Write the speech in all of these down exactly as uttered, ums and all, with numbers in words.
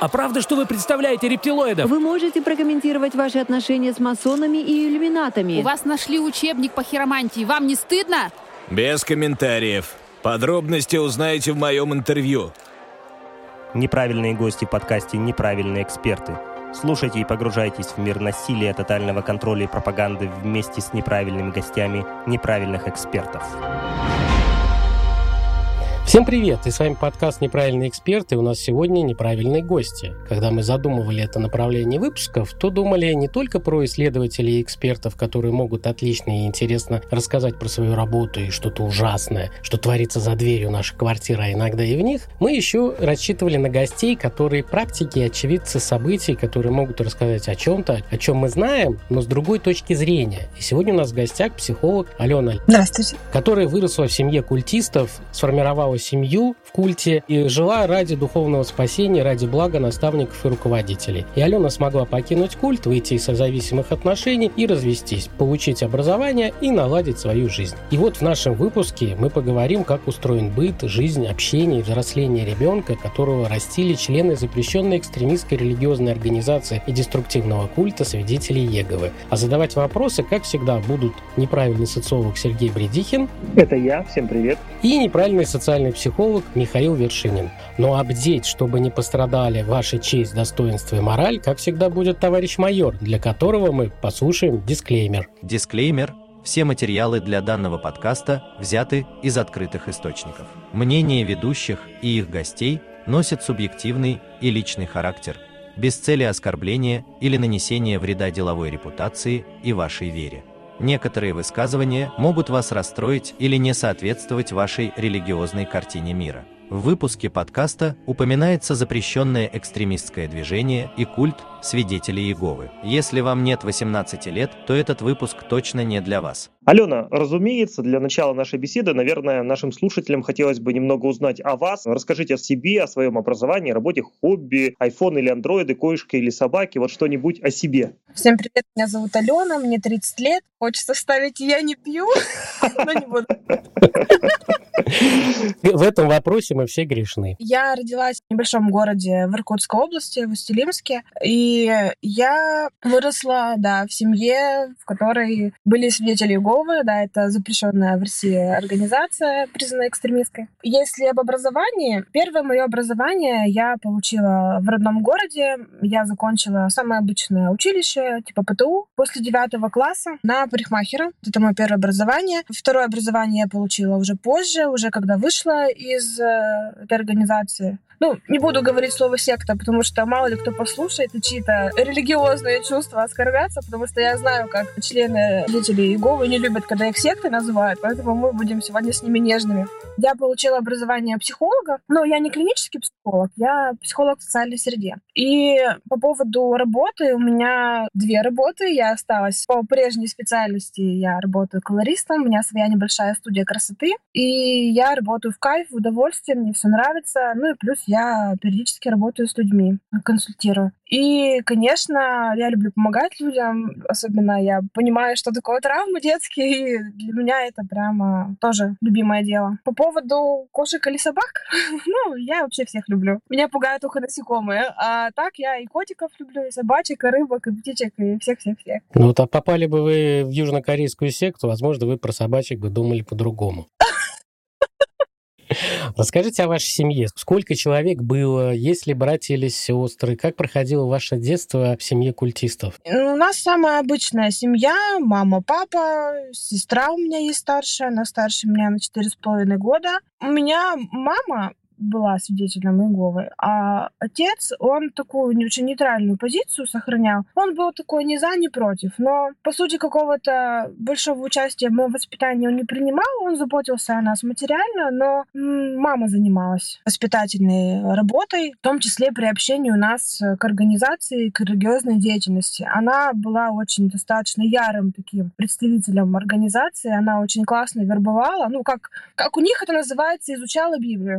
А правда, что вы представляете рептилоидов? Вы можете прокомментировать ваши отношения с масонами и иллюминатами. У вас нашли учебник по хиромантии. Вам не стыдно? Без комментариев. Подробности узнаете в моем интервью. Неправильные гости в подкасте «Неправильные эксперты». Слушайте и погружайтесь в мир насилия, тотального контроля и пропаганды вместе с неправильными гостями неправильных экспертов. Всем привет! И с вами подкаст «Неправильные эксперты». У нас сегодня неправильные гости. Когда мы задумывали это направление выпусков, то думали не только про исследователей и экспертов, которые могут отлично и интересно рассказать про свою работу и что-то ужасное, что творится за дверью нашей квартиры, а иногда и в них. Мы еще рассчитывали на гостей, которые практики и очевидцы событий, которые могут рассказать о чем-то, о чем мы знаем, но с другой точки зрения. И сегодня у нас в гостях психолог Алена, Здравствуйте. Которая выросла в семье культистов, сформировала семью в культе и жила ради духовного спасения, ради блага наставников и руководителей. И Алена смогла покинуть культ, выйти из созависимых отношений и развестись, получить образование и наладить свою жизнь. И вот в нашем выпуске мы поговорим, как устроен быт, жизнь, общение и взросление ребенка, которого растили члены запрещенной экстремистской религиозной организации и деструктивного культа свидетелей Иеговы. А задавать вопросы, как всегда, будут неправильный социолог Сергей Бредихин. Это я, всем привет. И неправильный социальный психолог Михаил Вершинин. Но апдейт, чтобы не пострадали ваша честь, достоинство и мораль, как всегда, будет товарищ майор, для которого мы послушаем дисклеймер. Дисклеймер. Все материалы для данного подкаста взяты из открытых источников. Мнения ведущих и их гостей носят субъективный и личный характер, без цели оскорбления или нанесения вреда деловой репутации и вашей вере. Некоторые высказывания могут вас расстроить или не соответствовать вашей религиозной картине мира. В выпуске подкаста упоминается запрещенное экстремистское движение и культ свидетелей Иеговы. Если вам нет восемнадцати лет, то этот выпуск точно не для вас. Алена, разумеется, для начала нашей беседы, наверное, нашим слушателям хотелось бы немного узнать о вас. Расскажите о себе, о своем образовании, работе, хобби, айфон или андроиды, кошка или собаки, вот что-нибудь о себе. Всем привет, меня зовут Алена, мне тридцать лет. Хочется вставить «я не пью», но не буду. В этом вопросе мы все грешны. Я родилась в небольшом городе в Иркутской области, в Усть-Илимске, и я выросла, да, в семье, в которой были свидетели Иеговы, да, это запрещенная в России организация, признанная экстремистской. Если об образовании, первое мое образование я получила в родном городе, я закончила самое обычное училище, типа ПТУ, после девятого класса на парикмахера. Это мое первое образование. Второе образование я получила уже позже, уже когда вышла из э, этой организации. Ну, не буду говорить слово «секта», потому что мало ли кто послушает и чьи-то религиозные чувства оскорбятся, потому что я знаю, как члены свидетелей Иеговы не любят, когда их сектой называют, поэтому мы будем сегодня с ними нежными. Я получила образование психолога, но я не клинический психолог, я психолог в социальной среде. И по поводу работы у меня две работы. Я осталась по прежней специальности, я работаю колористом, у меня своя небольшая студия красоты, и я работаю в кайф, в удовольствие, мне все нравится, ну и плюс я периодически работаю с людьми, консультирую. И, конечно, я люблю помогать людям, особенно я понимаю, что такое травмы детские, и для меня это прямо тоже любимое дело. По поводу кошек или собак, ну, я вообще всех люблю. Меня пугают только насекомые, а так я и котиков люблю, и собачек, и рыбок, и птичек, и всех-всех-всех. Ну, вот а попали бы вы в южнокорейскую секту, возможно, вы про собачек бы думали по-другому. Расскажите о вашей семье. Сколько человек было? Есть ли братья или сестры? Как проходило ваше детство в семье культистов? У нас самая обычная семья. Мама, папа, сестра у меня есть старшая. Она старше меня на четыре с половиной года. У меня мама была свидетелем Иеговы, а отец, он такую очень нейтральную позицию сохранял. Он был такой ни за, ни против, но по сути какого-то большого участия в моем воспитании он не принимал, он заботился о нас материально, но м- мама занималась воспитательной работой, в том числе при общении у нас к организации, к религиозной деятельности. Она была очень достаточно ярым таким представителем организации, она очень классно вербовала, ну как, как у них это называется, изучала Библию,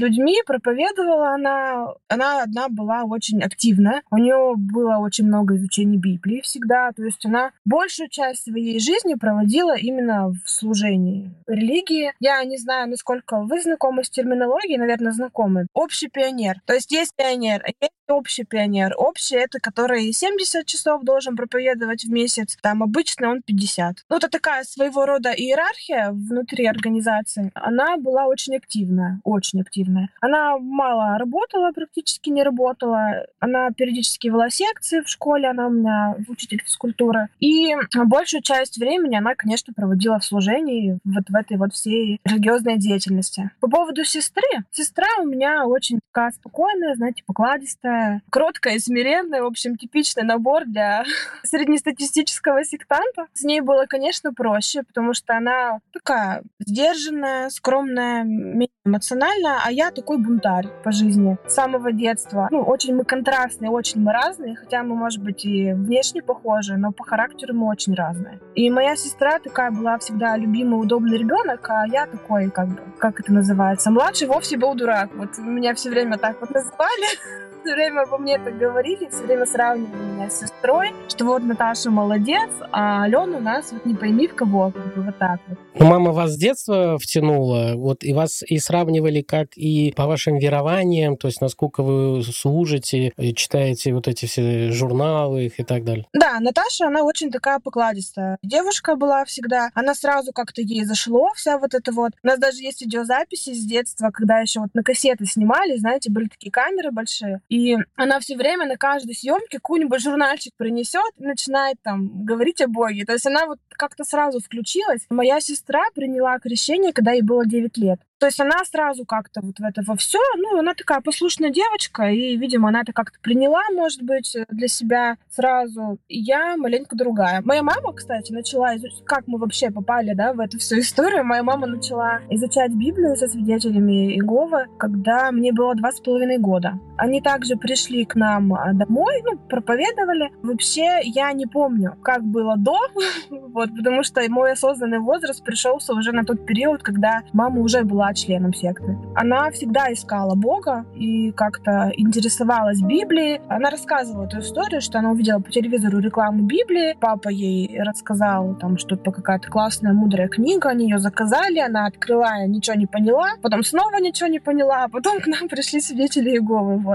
людьми, проповедовала она. Она одна была очень активна. У нее было очень много изучения Библии всегда. То есть она большую часть своей жизни проводила именно в служении религии. Я не знаю, насколько вы знакомы с терминологией, наверное, знакомы. Общий пионер. То есть есть пионер, а есть общий пионер. Общий — это который семьдесят часов должен проповедовать в месяц. Там обычно он пятьдесят. Ну, это такая своего рода иерархия внутри организации. Она была очень активная, очень активная. Она мало работала, практически не работала. Она периодически вела секции в школе, она у меня учитель физкультуры. И большую часть времени она, конечно, проводила в служении, вот в этой вот всей религиозной деятельности. По поводу сестры. Сестра у меня очень такая спокойная, знаете, покладистая, кроткая и смиренная. В общем, типичный набор для среднестатистического сектанта. С ней было, конечно, проще, потому что она такая сдержанная, скромная, эмоциональная, а я такой бунтарь по жизни с самого детства. Ну, очень мы контрастные, очень мы разные, хотя мы, может быть, и внешне похожи, но по характеру мы очень разные. И моя сестра такая была всегда любимый, удобный ребенок, а я такой, как бы, как это называется, младший вовсе был дурак. Вот меня все время так вот называли. Все время обо мне так говорили, все время сравнивали меня с сестрой, что вот Наташа молодец, а Алена у нас вот не пойми в кого, как бы вот так вот. Ну, мама вас с детства втянула, вот и вас и сравнивали как и по вашим верованиям, то есть насколько вы служите, читаете вот эти все журналы их и так далее. Да, Наташа, она очень такая покладистая. Девушка была всегда, она сразу как-то ей зашло, вся вот это вот. У нас даже есть видеозаписи с детства, когда еще вот на кассеты снимали, знаете, были такие камеры большие. И она все время на каждой съемке какой-нибудь журнальчик принесет и начинает там говорить о Боге. То есть она вот как-то сразу включилась. Моя сестра приняла крещение, когда ей было девять лет. То есть она сразу как-то вот в это во все, ну, она такая послушная девочка, и, видимо, она это как-то приняла, может быть, для себя сразу. И я маленько другая. Моя мама, кстати, начала изучать, как мы вообще попали, да, в эту всю историю. Моя мама начала изучать Библию со свидетелями Иеговы, когда мне было два с половиной года. Они также пришли к нам домой, ну, проповедовали. Вообще, я не помню, как было до, вот, потому что мой осознанный возраст пришелся уже на тот период, когда мама уже была членом секты. Она всегда искала Бога и как-то интересовалась Библией. Она рассказывала эту историю, что она увидела по телевизору рекламу Библии. Папа ей рассказал, там, что это какая-то классная, мудрая книга. Они ее заказали, она открыла, ничего не поняла. Потом снова ничего не поняла. А потом к нам пришли свидетели Иеговы. Вот.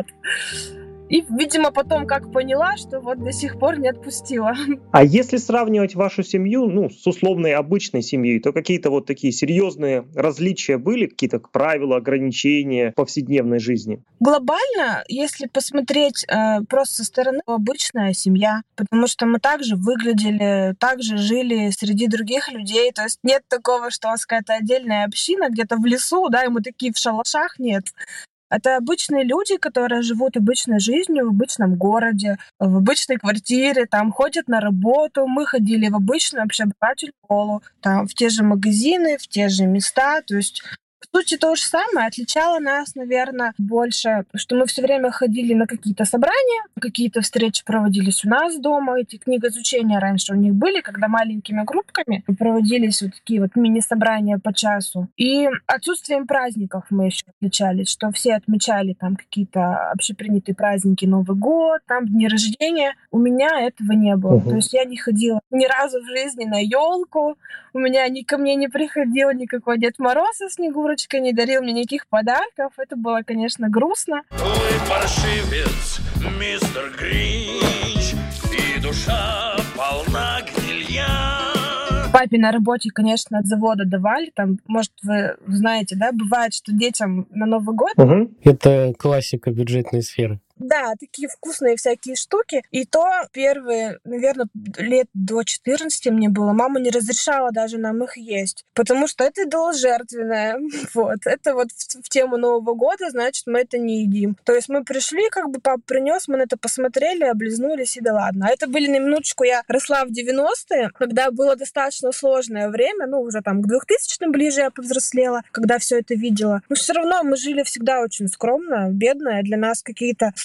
И, видимо, потом как поняла, что вот до сих пор не отпустила. А если сравнивать вашу семью, ну, с условной обычной семьей, то какие-то вот такие серьезные различия были, какие-то правила, ограничения в повседневной жизни? Глобально, если посмотреть э, просто со стороны, обычная семья, потому что мы также выглядели, также жили среди других людей, то есть нет такого, что у нас какая-то отдельная община где-то в лесу, да, и мы такие в шалашах, нет. Это обычные люди, которые живут обычной жизнью в обычном городе, в обычной квартире, там ходят на работу. Мы ходили в обычную общеобразовательную школу, там в те же магазины, в те же места. То есть, по сути, то же самое. Отличало нас, наверное, больше, что мы все время ходили на какие-то собрания, какие-то встречи проводились у нас дома. Эти книгоизучения раньше у них были, когда маленькими группками проводились вот такие вот мини-собрания по часу. И отсутствием праздников мы еще отличались, что все отмечали там какие-то общепринятые праздники, Новый год, там дни рождения. У меня этого не было. Uh-huh. То есть я не ходила ни разу в жизни на елку, у меня ни ко мне не приходил никакой Дед Мороз со Снегурочкой, не дарил мне никаких подарков. Это было, конечно, грустно. Вы паршивец, мистер Гринч, и душа полна гнилья. Папе на работе, конечно, от завода давали. Там, может, вы знаете, да, бывает, что детям на Новый год... Угу. Это классика бюджетной сферы. Да, такие вкусные всякие штуки. И то первые, наверное, лет до четырнадцати мне было. Мама не разрешала даже нам их есть, потому что это идоложертвенное. Вот. Это вот в, в тему Нового года, значит, мы это не едим. То есть мы пришли, как бы папа принес, мы на это посмотрели, облизнулись, и да ладно. А это были, на минуточку, я росла в девяностые, когда было достаточно сложное время, ну, уже там к двухтысячным ближе я повзрослела, когда все это видела. Но все равно мы жили всегда очень скромно, бедно. Для нас какие-то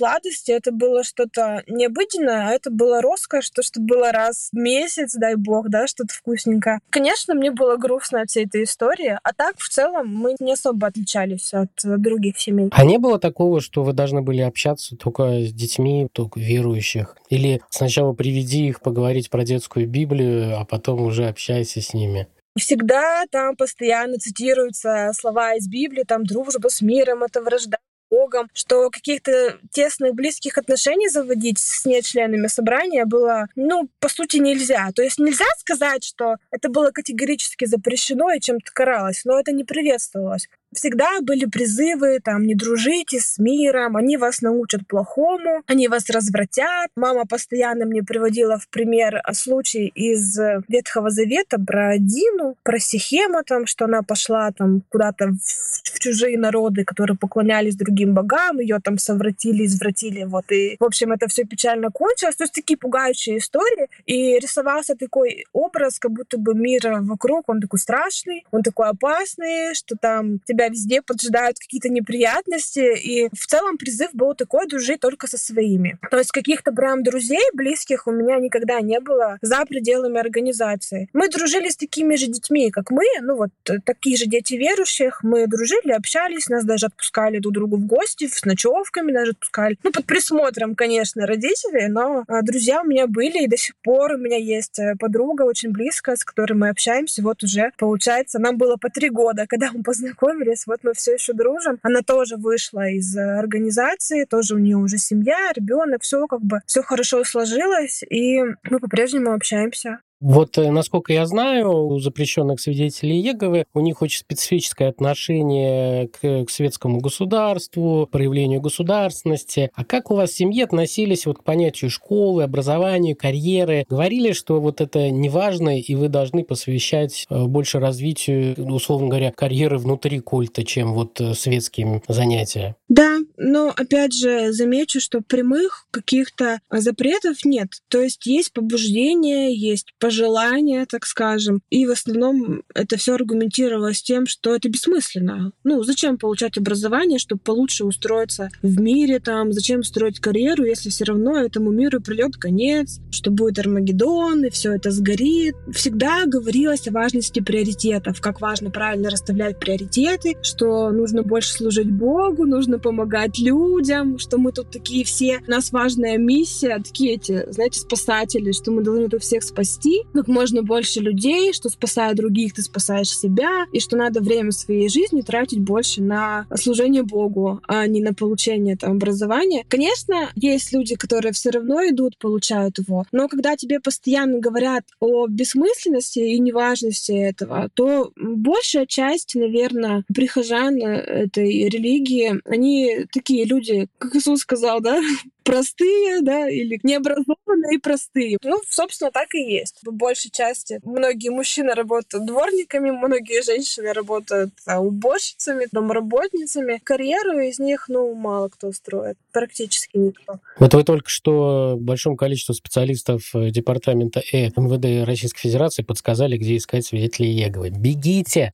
сладости, это было что-то необыденное, а это было роскошь, то, что было раз в месяц, дай бог, да, что-то вкусненькое. Конечно, мне было грустно от всей этой истории, а так, в целом, мы не особо отличались от других семей. А не было такого, что вы должны были общаться только с детьми, только верующих? Или сначала приведи их поговорить про детскую Библию, а потом уже общайся с ними? Всегда там постоянно цитируются слова из Библии, там «дружба с миром» — это вражда с Богом, что каких-то тесных, близких отношений заводить с нечленами собрания было, ну, по сути, нельзя. То есть нельзя сказать, что это было категорически запрещено и чем-то каралось, но это не приветствовалось. Всегда были призывы, там, не дружите с миром, они вас научат плохому, они вас развратят. Мама постоянно мне приводила в пример случай из Ветхого Завета про Дину, про Сихема, там, что она пошла там куда-то в, в чужие народы, которые поклонялись другим богам, ее там совратили, извратили, вот, и, в общем, это все печально кончилось. То есть такие пугающие истории, и рисовался такой образ, как будто бы мир вокруг, он такой страшный, он такой опасный, что там тебя везде поджидают какие-то неприятности, и в целом призыв был такой: дружить только со своими. То есть каких-то прям друзей близких у меня никогда не было за пределами организации. Мы дружили с такими же детьми, как мы, ну вот такие же дети верующих, мы дружили, общались, нас даже отпускали друг другу в гости, с ночевками даже отпускали. Ну, под присмотром, конечно, родителей, но а, друзья у меня были, и до сих пор у меня есть подруга очень близкая, с которой мы общаемся, вот уже, получается, нам было по три года, когда мы познакомились. Вот мы все еще дружим. Она тоже вышла из организации, тоже у нее уже семья, ребенок, все как бы все хорошо сложилось, и мы по-прежнему общаемся. Вот, насколько я знаю, у запрещенных свидетелей Иеговы у них очень специфическое отношение к, к светскому государству, проявлению государственности. А как у вас в семье относились вот к понятию школы, образования, карьеры? Говорили, что вот это не важно, и вы должны посвящать больше развитию, условно говоря, карьеры внутри культа, чем вот светские занятия? Да, но опять же замечу, что прямых каких-то запретов нет. То есть есть побуждение, есть пожелания, так скажем. И в основном это все аргументировалось тем, что это бессмысленно. Ну, зачем получать образование, чтобы получше устроиться в мире, там, зачем строить карьеру, если все равно этому миру придет конец, что будет Армагеддон, и все это сгорит. Всегда говорилось о важности приоритетов, как важно правильно расставлять приоритеты, что нужно больше служить Богу, нужно помогать людям, что мы тут такие все, у нас важная миссия, такие эти, знаете, спасатели, что мы должны тут всех спасти, как можно больше людей, что спасая других, ты спасаешь себя, и что надо время своей жизни тратить больше на служение Богу, а не на получение там образования. Конечно, есть люди, которые все равно идут, получают его, но когда тебе постоянно говорят о бессмысленности и неважности этого, то большая часть, наверное, прихожан этой религии, они такие люди, как Иисус сказал, да, простые, да, или необразованные и простые. Ну, собственно, так и есть. В большей части многие мужчины работают дворниками, многие женщины работают а, уборщицами, домработницами. Карьеру из них, ну, мало кто строит. Практически никто. Вот вы только что большому количеству специалистов департамента Э эм вэ дэ Российской Федерации подсказали, где искать свидетелей Иеговы. Бегите!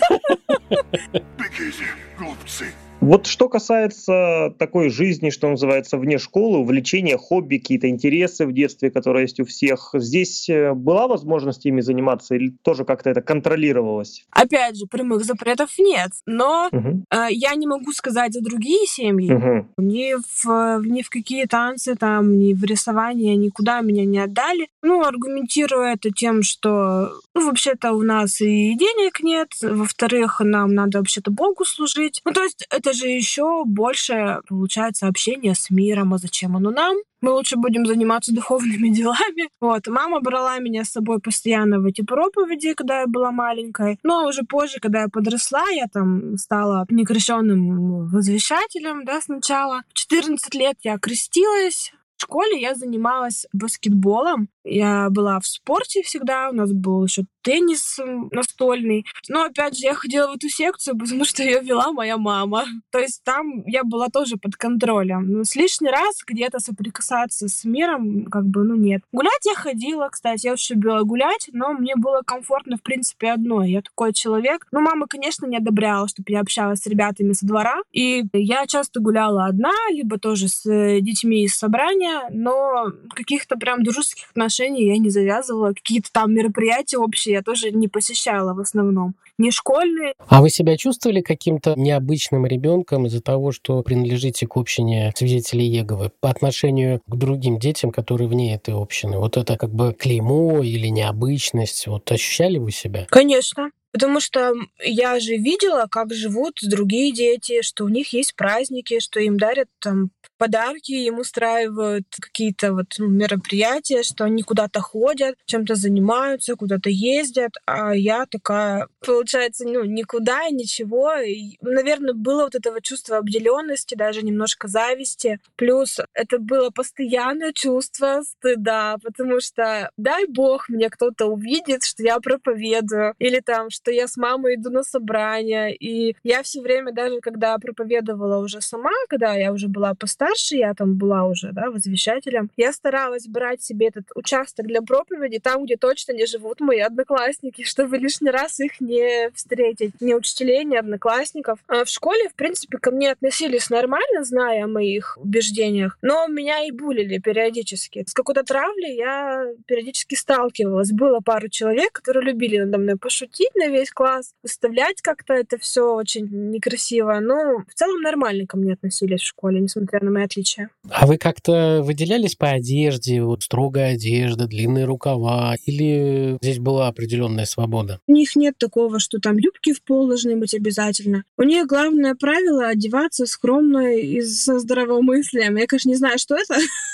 Бегите, глупцы! Вот что касается такой жизни, что называется, вне школы, увлечения, хобби, какие-то интересы в детстве, которые есть у всех, здесь была возможность ими заниматься или тоже как-то это контролировалось? Опять же, прямых запретов нет, но угу. э, я не могу сказать за другие семьи. Угу. Ни в, ни в какие танцы, там, ни в рисование, никуда меня не отдали. Ну, аргументируя это тем, что ну, вообще-то у нас и денег нет, во-вторых, нам надо вообще-то Богу служить. Ну, то есть это же еще больше, получается, общение с миром. А зачем оно нам? Мы лучше будем заниматься духовными делами. Вот. Мама брала меня с собой постоянно в эти проповеди, когда я была маленькой. Но уже позже, когда я подросла, я там стала некрещенным возвещателем, да, сначала. В четырнадцать лет я крестилась. В школе я занималась баскетболом. Я была в спорте всегда. У нас был еще теннис настольный. Но, опять же, я ходила в эту секцию, потому что ее вела моя мама. То есть там я была тоже под контролем. Но с лишний раз где-то соприкасаться с миром, как бы, ну, нет. Гулять я ходила, кстати. Я очень любила гулять, но мне было комфортно, в принципе, одной. Я такой человек. Ну, мама, конечно, не одобряла, чтобы я общалась с ребятами со двора. И я часто гуляла одна, либо тоже с детьми из собрания, но каких-то прям дружеских отношений я не завязывала. Какие-то там мероприятия общие я тоже не посещала в основном. Не школьные. А вы себя чувствовали каким-то необычным ребенком из-за того, что принадлежите к общине свидетелей Иеговы по отношению к другим детям, которые вне этой общины? Вот это как бы клеймо или необычность. Вот ощущали вы себя? Конечно. Потому что я же видела, как живут другие дети, что у них есть праздники, что им дарят там подарки, им устраивают какие-то вот ну, мероприятия, что они куда-то ходят, чем-то занимаются, куда-то ездят, а я такая, получается, ну, никуда, ничего. И, наверное, было вот этого чувства обделенности, даже немножко зависти. Плюс это было постоянное чувство стыда, потому что, дай бог, мне кто-то увидит, что я проповедую, или там, что я с мамой иду на собрание. И я все время, даже когда проповедовала уже сама, когда я уже была постарше, я там была уже, да, возвещателем, я старалась брать себе этот участок для проповеди там, где точно не живут мои одноклассники, чтобы лишний раз их не встретить. Ни учителей, ни одноклассников. А в школе, в принципе, ко мне относились нормально, зная о моих убеждениях, но меня и булили периодически. С какой-то травлей я периодически сталкивалась. Было пару человек, которые любили надо мной пошутить на весь класс, выставлять как-то это все очень некрасиво, но в целом нормально ко мне относились в школе, несмотря на мои отличия. А вы как-то выделялись по одежде, вот строгая одежда, длинные рукава, или здесь была определенная свобода? У них нет такого, что там юбки в пол должны быть обязательно. У них главное правило — одеваться скромно и со здравомыслием. Я, конечно, не знаю, что это.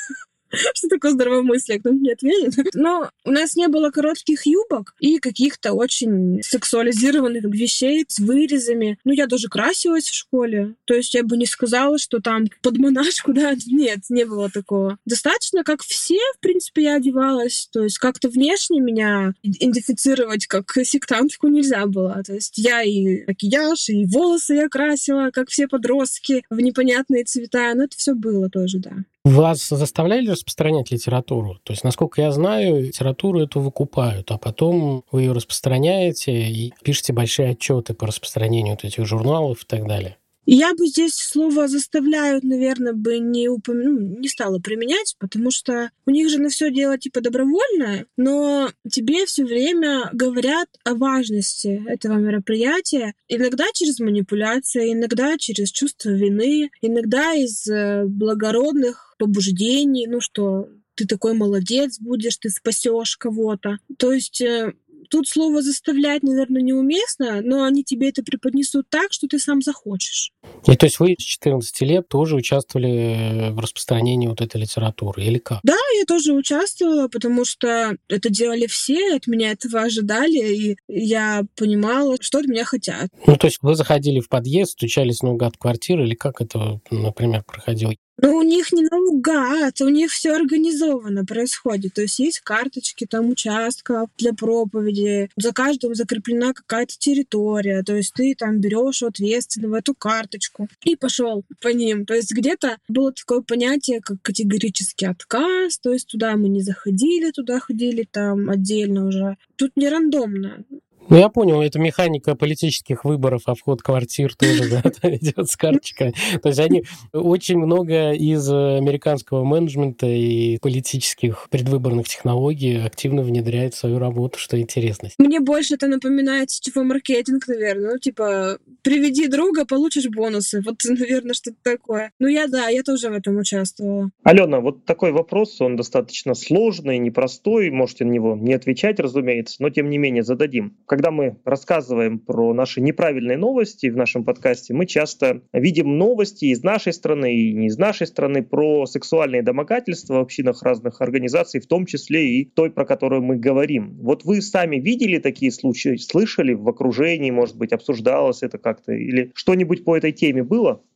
Что такое здравомыслие? Кто мне ответит? Но у нас не было коротких юбок и каких-то очень сексуализированных вещей с вырезами. Ну, я даже красилась в школе. То есть я бы не сказала, что там под монашку, да? Нет, не было такого. Достаточно, как все, в принципе, я одевалась. То есть как-то внешне меня идентифицировать как сектантку нельзя было. То есть я и макияж, и волосы я красила, как все подростки, в непонятные цвета. Но это все было тоже, да. Вас заставляли распространять литературу? То есть, насколько я знаю, литературу эту выкупают, а потом вы ее распространяете и пишете большие отчеты по распространению вот этих журналов и так далее. Я бы здесь слово «заставляют», наверное, бы не, упом... ну, не стала применять, потому что у них же на все дело типа добровольное, но тебе все время говорят о важности этого мероприятия. Иногда через манипуляции, иногда через чувство вины, иногда из благородных побуждений, ну что ты такой молодец будешь, ты спасешь кого-то. То есть тут слово «заставлять», наверное, неуместно, но они тебе это преподнесут так, что ты сам захочешь. И то есть вы с четырнадцати лет тоже участвовали в распространении вот этой литературы, или как? Да, я тоже участвовала, потому что это делали все, от меня этого ожидали, и я понимала, что от меня хотят. Ну, то есть вы заходили в подъезд, стучались наугад в квартиру, или как это, например, проходило? Ну, у них не наугад, у них все организовано происходит. То есть есть карточки там участков для проповеди, за каждым закреплена какая-то территория. То есть ты там берешь ответственно в эту карточку и пошел по ним. То есть где-то было такое понятие, как категорический отказ. То есть туда мы не заходили, туда ходили там отдельно уже. Тут не рандомно. Ну, я понял, это механика политических выборов, а вход квартир тоже, да, идет с карточкой. То есть они очень много из американского менеджмента и политических предвыборных технологий активно внедряют в свою работу, что интересно. Мне больше это напоминает сетевой маркетинг, наверное. Ну, типа, приведи друга, получишь бонусы. Вот, наверное, что-то такое. Ну, я, да, я тоже в этом участвовала. Алена, вот такой вопрос, он достаточно сложный, непростой, можете на него не отвечать, разумеется, но тем не менее зададим. Когда мы рассказываем про наши неправильные новости в нашем подкасте, мы часто видим новости из нашей страны и не из нашей страны про сексуальные домогательства в общинах разных организаций, в том числе и той, про которую мы говорим. Вот вы сами видели такие случаи, слышали в окружении, может быть, обсуждалось это как-то, или что-нибудь по этой теме было?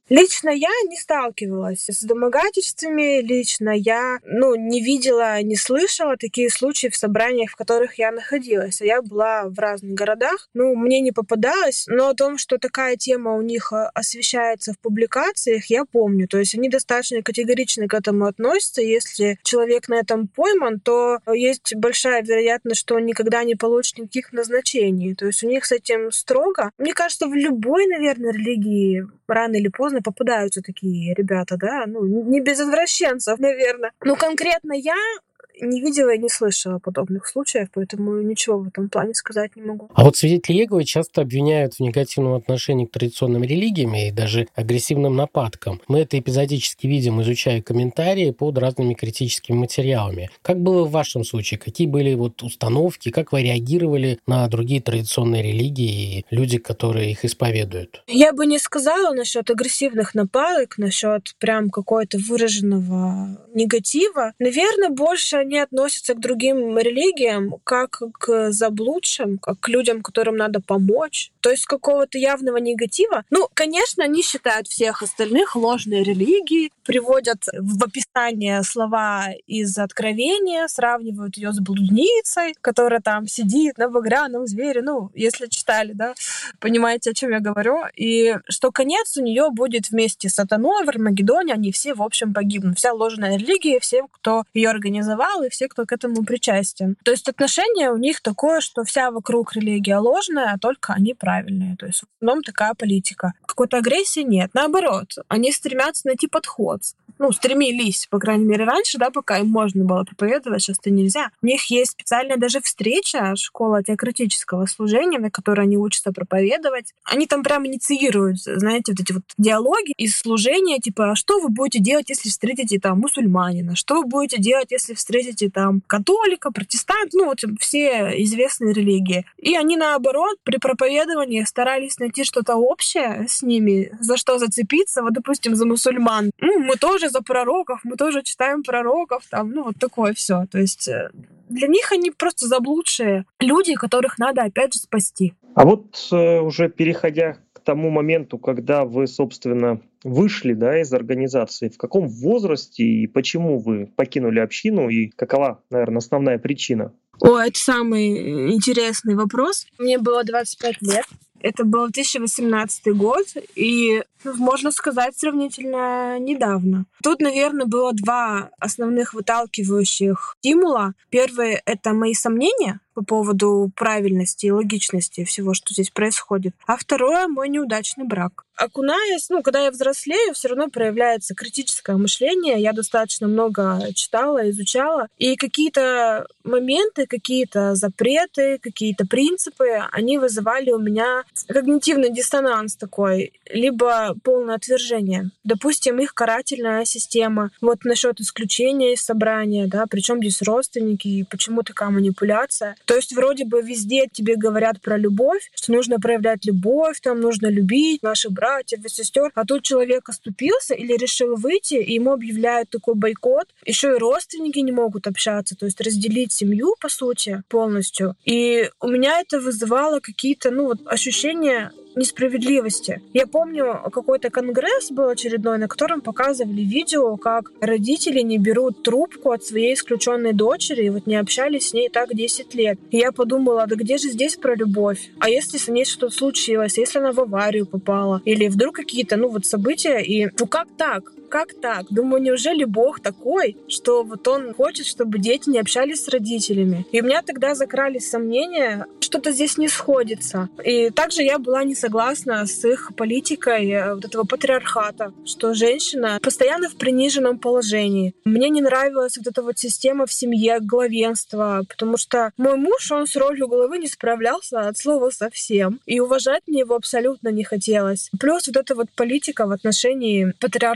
Лично я не сталкивалась с домогательствами, лично я ну, не видела, не слышала такие случаи в собраниях, в которых я находилась. Я была в разных городах, ну, мне не попадалось, но о том, что такая тема у них освещается в публикациях, я помню. То есть они достаточно категорично к этому относятся. Если человек на этом пойман, то есть большая вероятность, что он никогда не получит никаких назначений. То есть у них с этим строго. Мне кажется, в любой, наверное, религии рано или поздно попадаются такие ребята, да, ну, не без извращенцев, наверное. Но конкретно я не видела и не слышала подобных случаев, поэтому ничего в этом плане сказать не могу. А вот свидетели Иеговы часто обвиняют в негативном отношении к традиционным религиям и даже агрессивным нападкам. Мы это эпизодически видим, изучая комментарии под разными критическими материалами. Как было в вашем случае? Какие были вот установки? Как вы реагировали на другие традиционные религии и люди, которые их исповедуют? Я бы не сказала насчет агрессивных нападок, насчет прям какой-то выраженного негатива. Наверное, больше они относятся к другим религиям как к заблудшим, как к людям, которым надо помочь. То есть какого-то явного негатива. Ну, конечно, они считают всех остальных ложной религией, приводят в описание слова из Откровения, сравнивают ее с блудницей, которая там сидит на багряном звере. Ну, если читали, да, понимаете, о чем я говорю. И что конец у нее будет вместе с сатаной в Армагеддоне, они все, в общем, погибнут. Вся ложная религия, все, кто ее организовал, и все, кто к этому причастен. То есть отношение у них такое, что вся вокруг религия ложная, а только они правильные. То есть в основном такая политика. Какой-то агрессии нет. Наоборот, они стремятся найти подход. Ну, стремились, по крайней мере, раньше, да, пока им можно было проповедовать, сейчас это нельзя. У них есть специальная даже встреча, школа теократического служения, на которой они учатся проповедовать. Они там прям инициируют, знаете, вот эти вот диалоги из служения, типа, а что вы будете делать, если встретите там мусульманина? Что вы будете делать, если встретите там католика, протестанта? Ну, вот все известные религии. И они, наоборот, при проповедовании старались найти что-то общее с ними, за что зацепиться. Вот, допустим, за мусульман. Ну, мы тоже за пророков, мы тоже читаем пророков, там, ну, вот такое все. То есть для них они просто заблудшие люди, которых надо, опять же, спасти. А вот э, уже переходя к тому моменту, когда вы, собственно, вышли, да, из организации, в каком возрасте и почему вы покинули общину, и какова, наверное, основная причина? О, это самый интересный вопрос. Мне было двадцать пять лет. Это был две тысячи восемнадцатый год, и, ну, можно сказать, сравнительно недавно. Тут, наверное, было два основных выталкивающих стимула. Первый — это мои сомнения по поводу правильности и логичности всего, что здесь происходит. А второе — мой неудачный брак. Окунаясь, ну, когда я взрослею, все равно проявляется критическое мышление. Я достаточно много читала, изучала. И какие-то моменты, какие-то запреты, какие-то принципы, они вызывали у меня когнитивный диссонанс такой, либо полное отвержение. Допустим, их карательная система. Вот насчет исключения из собрания, да, причем здесь родственники, и почему такая манипуляция. То есть вроде бы везде тебе говорят про любовь, что нужно проявлять любовь, там нужно любить наших братьев и сестер, а тут человек оступился или решил выйти, и ему объявляют такой бойкот. Еще и родственники не могут общаться, то есть разделить семью, по сути, полностью. И у меня это вызывало какие-то, ну, вот ощущения несправедливости. Я помню, какой-то конгресс был очередной, на котором показывали видео, как родители не берут трубку от своей исключенной дочери и вот не общались с ней так десять лет. И я подумала, да где же здесь про любовь? А если с ней что-то случилось? Если она в аварию попала? Или вдруг какие-то, ну вот события? И ну как так? Как так? Думаю, неужели Бог такой, что вот Он хочет, чтобы дети не общались с родителями? И у меня тогда закрались сомнения, что-то здесь не сходится. И также я была не согласна с их политикой вот этого патриархата, что женщина постоянно в приниженном положении. Мне не нравилась вот эта вот система в семье, главенства, потому что мой муж, он с ролью главы не справлялся от слова совсем. И уважать мне его абсолютно не хотелось. Плюс вот эта вот политика в отношении патриархата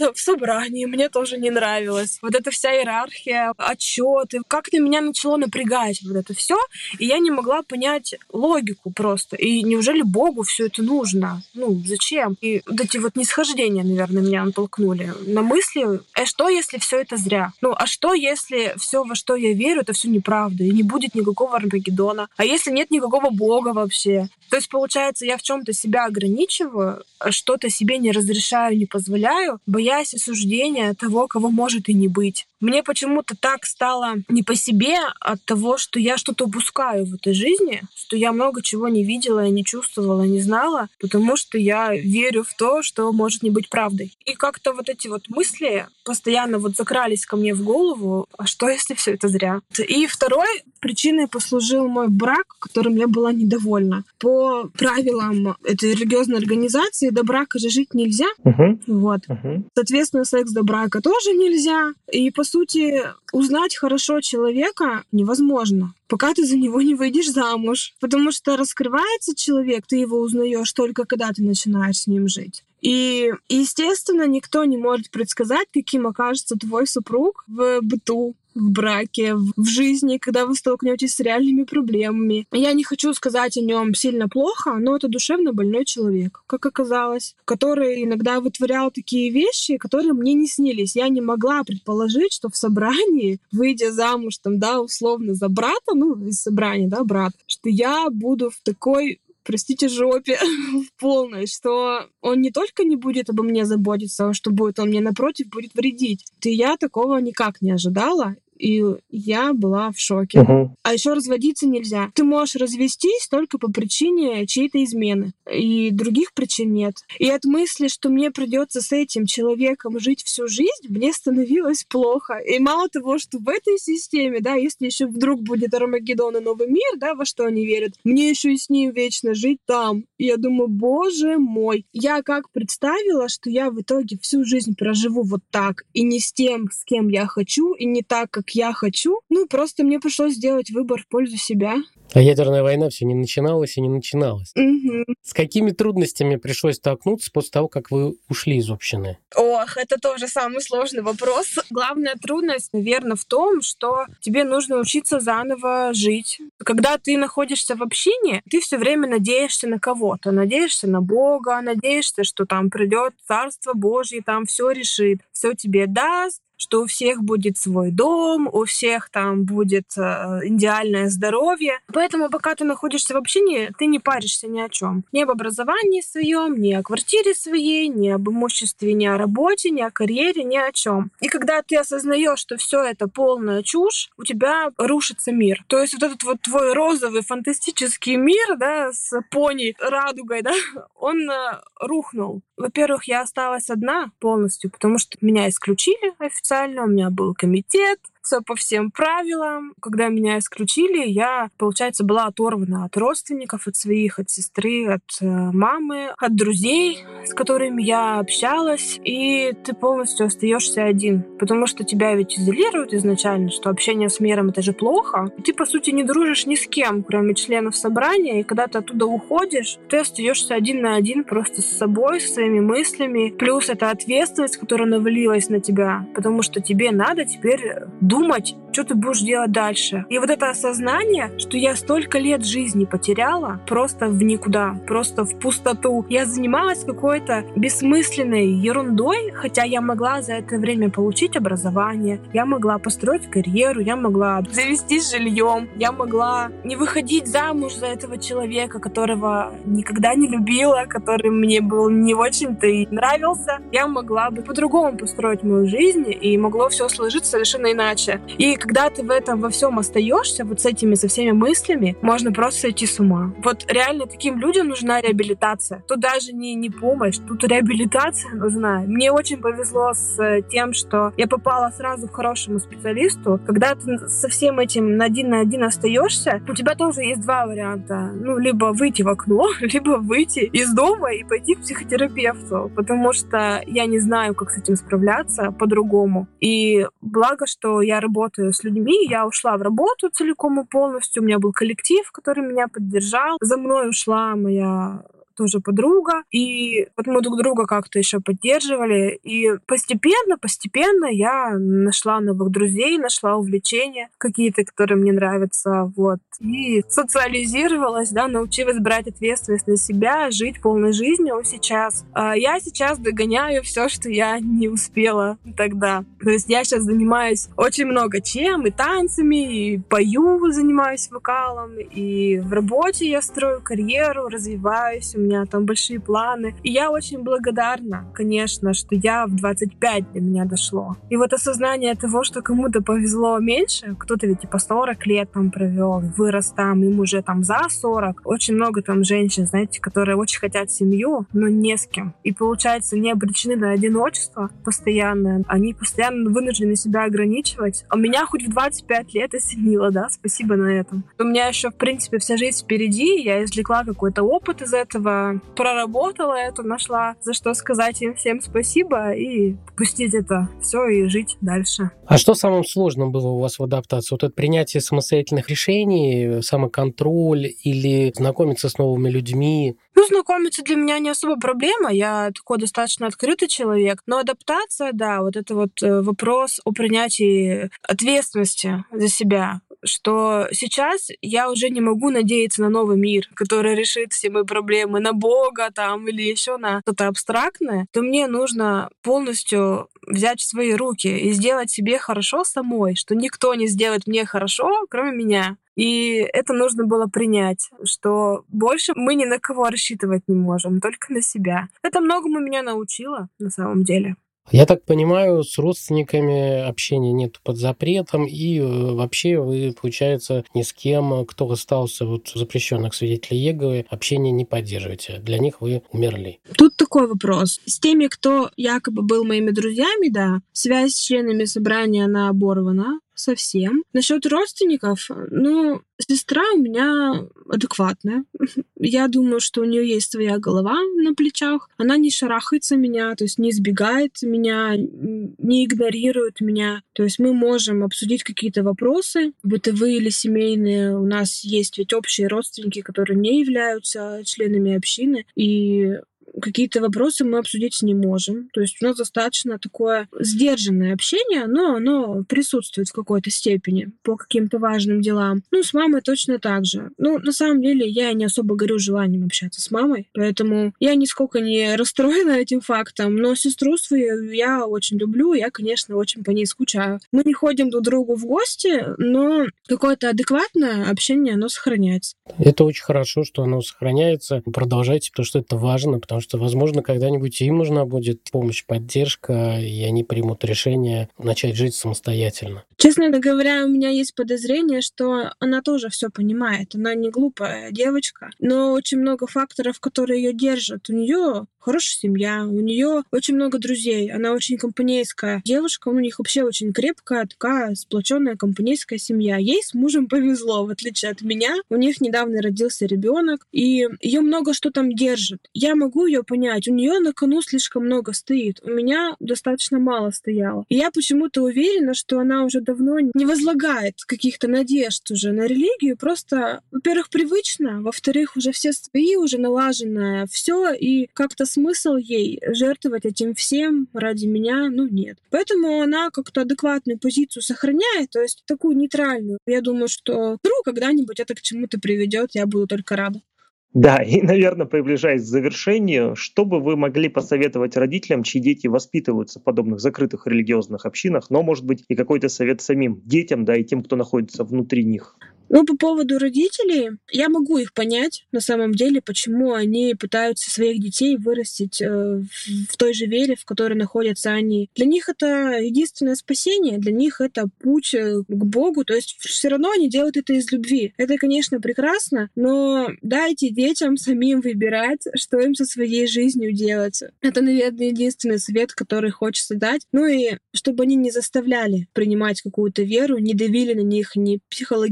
в собрании мне тоже не нравилось. Вот эта вся иерархия, отчеты, как-то меня начало напрягать вот это все, и я не могла понять логику просто. И неужели Богу все это нужно? Ну, зачем? И вот эти вот нисхождения, наверное, меня натолкнули на мысли, а что, если все это зря? Ну, а что, если все, во что я верю, это все неправда, и не будет никакого Армагеддона? А если нет никакого Бога вообще? То есть, получается, я в чем-то себя ограничиваю, что-то себе не разрешаю, не позволяю, боясь осуждения того, кого может и не быть. Мне почему-то так стало не по себе от того, что я что-то упускаю в этой жизни, что я много чего не видела, не чувствовала, не знала, потому что я верю в то, что может не быть правдой. И как-то вот эти вот мысли постоянно вот закрались ко мне в голову, а что, если все это зря? И второй причиной послужил мой брак, которым я была недовольна. По правилам этой религиозной организации до брака же жить нельзя. Uh-huh. Вот. Uh-huh. Соответственно, секс до брака тоже нельзя. И, по сути, узнать хорошо человека невозможно, пока ты за него не выйдешь замуж. Потому что раскрывается человек, ты его узнаешь только когда ты начинаешь с ним жить. И, естественно, никто не может предсказать, каким окажется твой супруг в быту, в браке, в жизни, когда вы столкнетесь с реальными проблемами. Я не хочу сказать о нем сильно плохо, но это душевно больной человек, как оказалось, который иногда вытворял такие вещи, которые мне не снились. Я не могла предположить, что в собрании, выйдя замуж, там, да, условно за брата, ну, из собрания, да, брат, что я буду в такой, простите, жопе в полной, что он не только не будет обо мне заботиться, а что будет он мне напротив, будет вредить. И я такого никак не ожидала. И я была в шоке. Uh-huh. А еще разводиться нельзя. Ты можешь развестись только по причине чьей-то измены. И других причин нет. И от мысли, что мне придется с этим человеком жить всю жизнь, мне становилось плохо. И мало того, что в этой системе, да, если еще вдруг будет Армагеддон и новый мир, да, во что они верят, мне еще и с ним вечно жить там. И я думаю, боже мой. Я как представила, что я в итоге всю жизнь проживу вот так. И не с тем, с кем я хочу, и не так, как я хочу. Ну, просто мне пришлось сделать выбор в пользу себя. А ядерная война все не начиналась и не начиналась. Угу. С какими трудностями пришлось столкнуться после того, как вы ушли из общины? Ох, это тоже самый сложный вопрос. Главная трудность, наверное, в том, что тебе нужно учиться заново жить. Когда ты находишься в общине, ты все время надеешься на кого-то. Надеешься на Бога, надеешься, что там придет Царство Божье, там все решит, все тебе даст, что у всех будет свой дом, у всех там будет э, идеальное здоровье. Поэтому, пока ты находишься в общине, ты не паришься ни о чем. Ни об образовании своем, ни о квартире своей, ни об имуществе, ни о работе, ни о карьере, ни о чем. И когда ты осознаешь, что все это полная чушь, у тебя рушится мир. То есть вот этот вот твой розовый фантастический мир, да, с пони радугой, да, он э, рухнул. Во-первых, я осталась одна полностью, потому что меня исключили официально, у меня был комитет, все по всем правилам. Когда меня исключили, я, получается, была оторвана от родственников, от своих, от сестры, от э, мамы, от друзей, с которыми я общалась, и ты полностью остаешься один, потому что тебя ведь изолируют изначально, что общение с миром — это же плохо. И ты, по сути, не дружишь ни с кем, кроме членов собрания, и когда ты оттуда уходишь, ты остаешься один на один просто с собой, с своими мыслями, плюс эта ответственность, которая навалилась на тебя, потому что тебе надо теперь думать, думать, что ты будешь делать дальше. И вот это осознание, что я столько лет жизни потеряла просто в никуда, просто в пустоту. Я занималась какой-то бессмысленной ерундой, хотя я могла за это время получить образование, я могла построить карьеру, я могла завестись жильем, я могла не выходить замуж за этого человека, которого никогда не любила, который мне был не очень-то и нравился. Я могла бы по-другому построить мою жизнь, и могло все сложиться совершенно иначе. И когда ты в этом во всем остаешься, вот с этими, со всеми мыслями, можно просто сойти с ума. Вот реально таким людям нужна реабилитация. Тут даже не, не помощь, тут реабилитация нужна. Мне очень повезло с тем, что я попала сразу к хорошему специалисту. Когда ты со всем этим на один на один остаешься, у тебя тоже есть два варианта. Ну, либо выйти в окно, либо выйти из дома и пойти к психотерапевту. Потому что я не знаю, как с этим справляться по-другому. И благо, что я работаю с людьми, я ушла в работу целиком и полностью, у меня был коллектив, который меня поддержал, за мной ушла моя тоже подруга, и вот мы друг друга как-то еще поддерживали, и постепенно, постепенно я нашла новых друзей, нашла увлечения какие-то, которые мне нравятся, вот, и социализировалась, да, научилась брать ответственность на себя, жить полной жизнью сейчас. А я сейчас догоняю все, что я не успела тогда. То есть я сейчас занимаюсь очень много чем, и танцами, и пою, занимаюсь вокалом, и в работе я строю карьеру, развиваюсь, у меня там большие планы. И я очень благодарна, конечно, что я в двадцать пять до меня дошло. И вот осознание того, что кому-то повезло меньше, кто-то ведь и по сорок лет там провел, вырос там, им уже там за сорок. Очень много там женщин, знаете, которые очень хотят семью, но не с кем. И получается, не обречены на одиночество постоянное. Они постоянно вынуждены себя ограничивать. А меня хоть в двадцать пять лет осенило, да, спасибо на этом. У меня еще, в принципе, вся жизнь впереди, я извлекла какой-то опыт из этого, проработала это, нашла за что сказать им всем спасибо и пустить это все и жить дальше. А что самым сложным было у вас в адаптации? Вот это принятие самостоятельных решений, самоконтроль или знакомиться с новыми людьми? Ну, знакомиться для меня не особо проблема, я такой достаточно открытый человек, но адаптация, да, вот это вот вопрос о принятии ответственности за себя, что сейчас я уже не могу надеяться на новый мир, который решит все мои проблемы, на Бога там или еще на что-то абстрактное, то мне нужно полностью взять в свои руки и сделать себе хорошо самой, что никто не сделает мне хорошо, кроме меня. И это нужно было принять, что больше мы ни на кого рассчитывать не можем, только на себя. Это многому меня научило на самом деле. Я так понимаю, с родственниками общения нет под запретом, и вообще вы, получается, ни с кем, кто остался вот запрещенных свидетелей Иеговы, общения не поддерживаете. Для них вы умерли. Тут такой вопрос. С теми, кто якобы был моими друзьями, да, связь с членами собрания, она оборвана совсем. Насчет родственников, ну, сестра у меня адекватная. Я думаю, что у нее есть своя голова на плечах. Она не шарахается меня, то есть не избегает меня, не игнорирует меня. То есть мы можем обсудить какие-то вопросы, бытовые или семейные. У нас есть ведь общие родственники, которые не являются членами общины. И какие-то вопросы мы обсудить не можем. То есть у нас достаточно такое сдержанное общение, но оно присутствует в какой-то степени по каким-то важным делам. Ну, с мамой точно так же. Ну, на самом деле, я не особо горю желанием общаться с мамой, поэтому я нисколько не расстроена этим фактом, но сестру свою я очень люблю, я, конечно, очень по ней скучаю. Мы не ходим друг к другу в гости, но какое-то адекватное общение, оно сохраняется. Это очень хорошо, что оно сохраняется. Продолжайте, потому что это важно, потому что что, возможно, когда-нибудь им нужна будет помощь, поддержка, и они примут решение начать жить самостоятельно. Честно говоря, у меня есть подозрение, что она тоже все понимает. Она не глупая девочка, но очень много факторов, которые ее держат. У нее хорошая семья, у нее очень много друзей, она очень компанейская девушка, у них вообще очень крепкая, такая сплоченная компанейская семья. Ей с мужем повезло, в отличие от меня. У них недавно родился ребенок, и ее много что там держит. Я могу ее понять, у нее на кону слишком много стоит, у меня достаточно мало стояло. И я почему-то уверена, что она уже давно не возлагает каких-то надежд уже на религию, просто, во-первых, привычно, во-вторых, уже все свои, уже налаженное все, и как-то смысл ей жертвовать этим всем ради меня, ну, нет. Поэтому она как-то адекватную позицию сохраняет, то есть такую нейтральную. Я думаю, что вдруг когда-нибудь это к чему-то приведет, я буду только рада. Да, и, наверное, приближаясь к завершению, что бы вы могли посоветовать родителям, чьи дети воспитываются в подобных закрытых религиозных общинах, но, может быть, и какой-то совет самим детям, да, и тем, кто находится внутри них? Ну, по поводу родителей, я могу их понять, на самом деле, почему они пытаются своих детей вырастить э, в той же вере, в которой находятся они. Для них это единственное спасение, для них это путь к Богу, то есть все равно они делают это из любви. Это, конечно, прекрасно, но дайте детям самим выбирать, что им со своей жизнью делать. Это, наверное, единственный совет, который хочется дать. Ну и чтобы они не заставляли принимать какую-то веру, не давили на них ни психологически,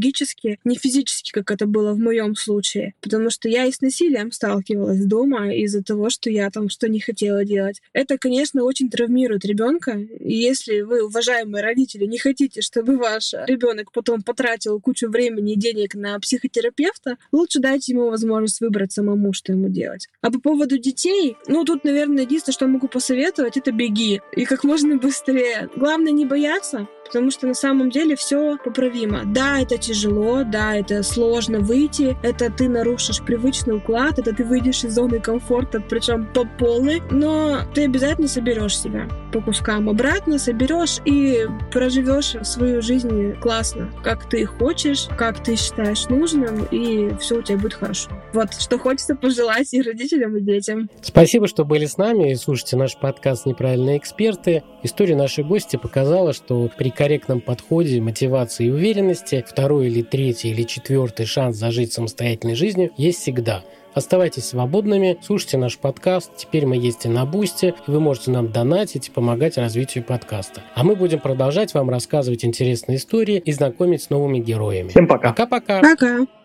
психически, не физически, как это было в моем случае. Потому что я и с насилием сталкивалась дома из-за того, что я там что не хотела делать. Это, конечно, очень травмирует ребенка. И если вы, уважаемые родители, не хотите, чтобы ваш ребенок потом потратил кучу времени и денег на психотерапевта, лучше дайте ему возможность выбрать самому, что ему делать. А по поводу детей, ну тут, наверное, единственное, что могу посоветовать, это беги. И как можно быстрее. Главное не бояться, потому что на самом деле все поправимо. Да, это тяжело, да, это сложно выйти, это ты нарушишь привычный уклад, это ты выйдешь из зоны комфорта, причем по полной, но ты обязательно соберешь себя по кускам обратно, соберешь и проживешь свою жизнь классно, как ты хочешь, как ты считаешь нужным, и все у тебя будет хорошо. Вот, что хочется пожелать и родителям, и детям. Спасибо, что были с нами и слушайте наш подкаст «Неправильные эксперты». История нашей гости показала, что при корректном подходе, мотивации и уверенности второй или третий или четвертый шанс зажить самостоятельной жизнью есть всегда. Оставайтесь свободными, слушайте наш подкаст. Теперь мы есть и на Бусти, и вы можете нам донатить и помогать развитию подкаста. А мы будем продолжать вам рассказывать интересные истории и знакомить с новыми героями. Всем пока. Пока-пока. Пока.